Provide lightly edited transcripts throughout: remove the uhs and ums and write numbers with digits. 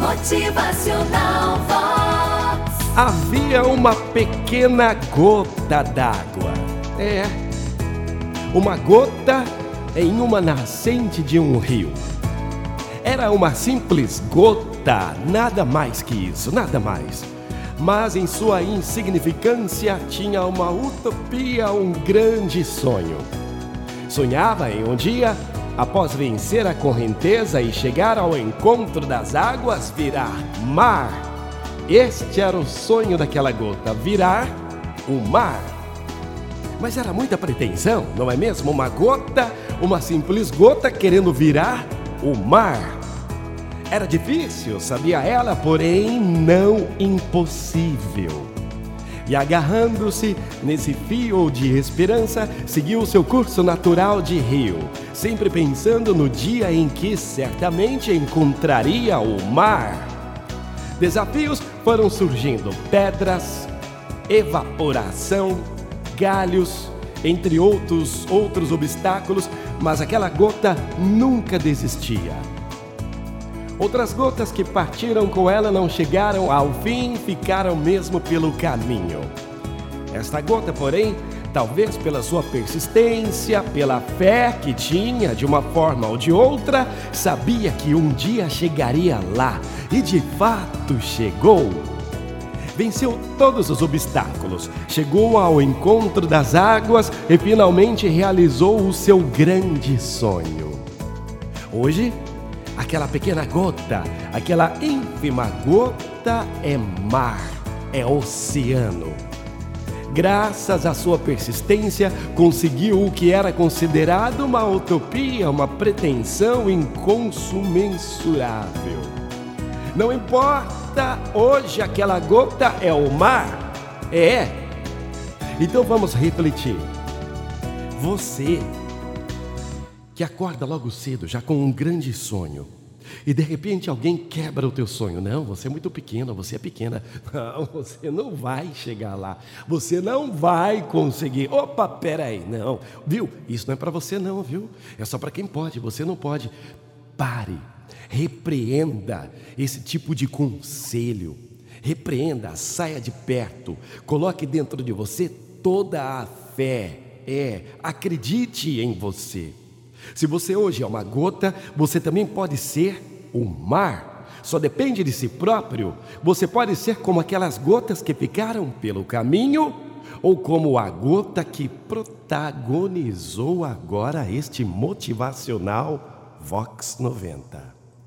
Motivacional Vox. Havia uma pequena gota d'água. Uma gota em uma nascente de um rio. Era uma simples gota, nada mais que isso, nada mais. Mas em sua insignificância tinha uma utopia, um grande sonho. Sonhava em um dia, após vencer a correnteza e chegar ao encontro das águas, virar mar. Este era o sonho daquela gota, virar o mar. Mas era muita pretensão, não é mesmo? Uma gota, uma simples gota querendo virar o mar. Era difícil, sabia ela, porém não impossível. E agarrando-se nesse fio de esperança, seguiu seu curso natural de rio, sempre pensando no dia em que certamente encontraria o mar. Desafios foram surgindo, pedras, evaporação, galhos, entre outros obstáculos, mas aquela gota nunca desistia. Outras gotas que partiram com ela não chegaram ao fim, ficaram mesmo pelo caminho. Esta gota, porém, talvez pela sua persistência, pela fé que tinha de uma forma ou de outra, sabia que um dia chegaria lá, e de fato chegou. Venceu todos os obstáculos, chegou ao encontro das águas e finalmente realizou o seu grande sonho. Hoje, aquela pequena gota, aquela ínfima gota é mar, é oceano. Graças à sua persistência, conseguiu o que era considerado uma utopia, uma pretensão incomensurável. Não importa, hoje aquela gota é o mar. Então vamos refletir. Você que acorda logo cedo, já com um grande sonho, e de repente alguém quebra o teu sonho. Não, você é muito pequeno, você é pequena. Não, você não vai chegar lá. Você não vai conseguir. Opa, peraí, não. Viu? Isso não é para você não, viu? É só para quem pode, você não pode. Pare, repreenda esse tipo de conselho. Repreenda, saia de perto. Coloque dentro de você toda a fé. Acredite em você. Se você hoje é uma gota, você também pode ser o mar. Só depende de si próprio. Você pode ser como aquelas gotas que ficaram pelo caminho, ou como a gota que protagonizou agora este Motivacional Vox 90.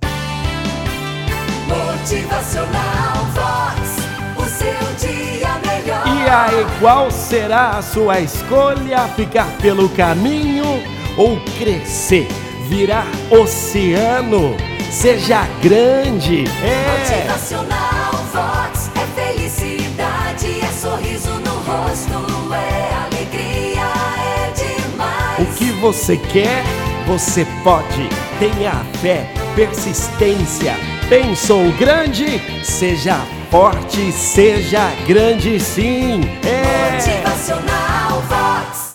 Motivacional Vox, o seu dia melhor. E aí, qual será a sua escolha? Ficar pelo caminho ou crescer, virar oceano? Seja grande. Motivacional Vox é felicidade, é sorriso no rosto, é alegria, é demais. O que você quer, você pode. Tenha fé, persistência. Pensou grande? Seja forte, seja grande sim. Motivacional Vox.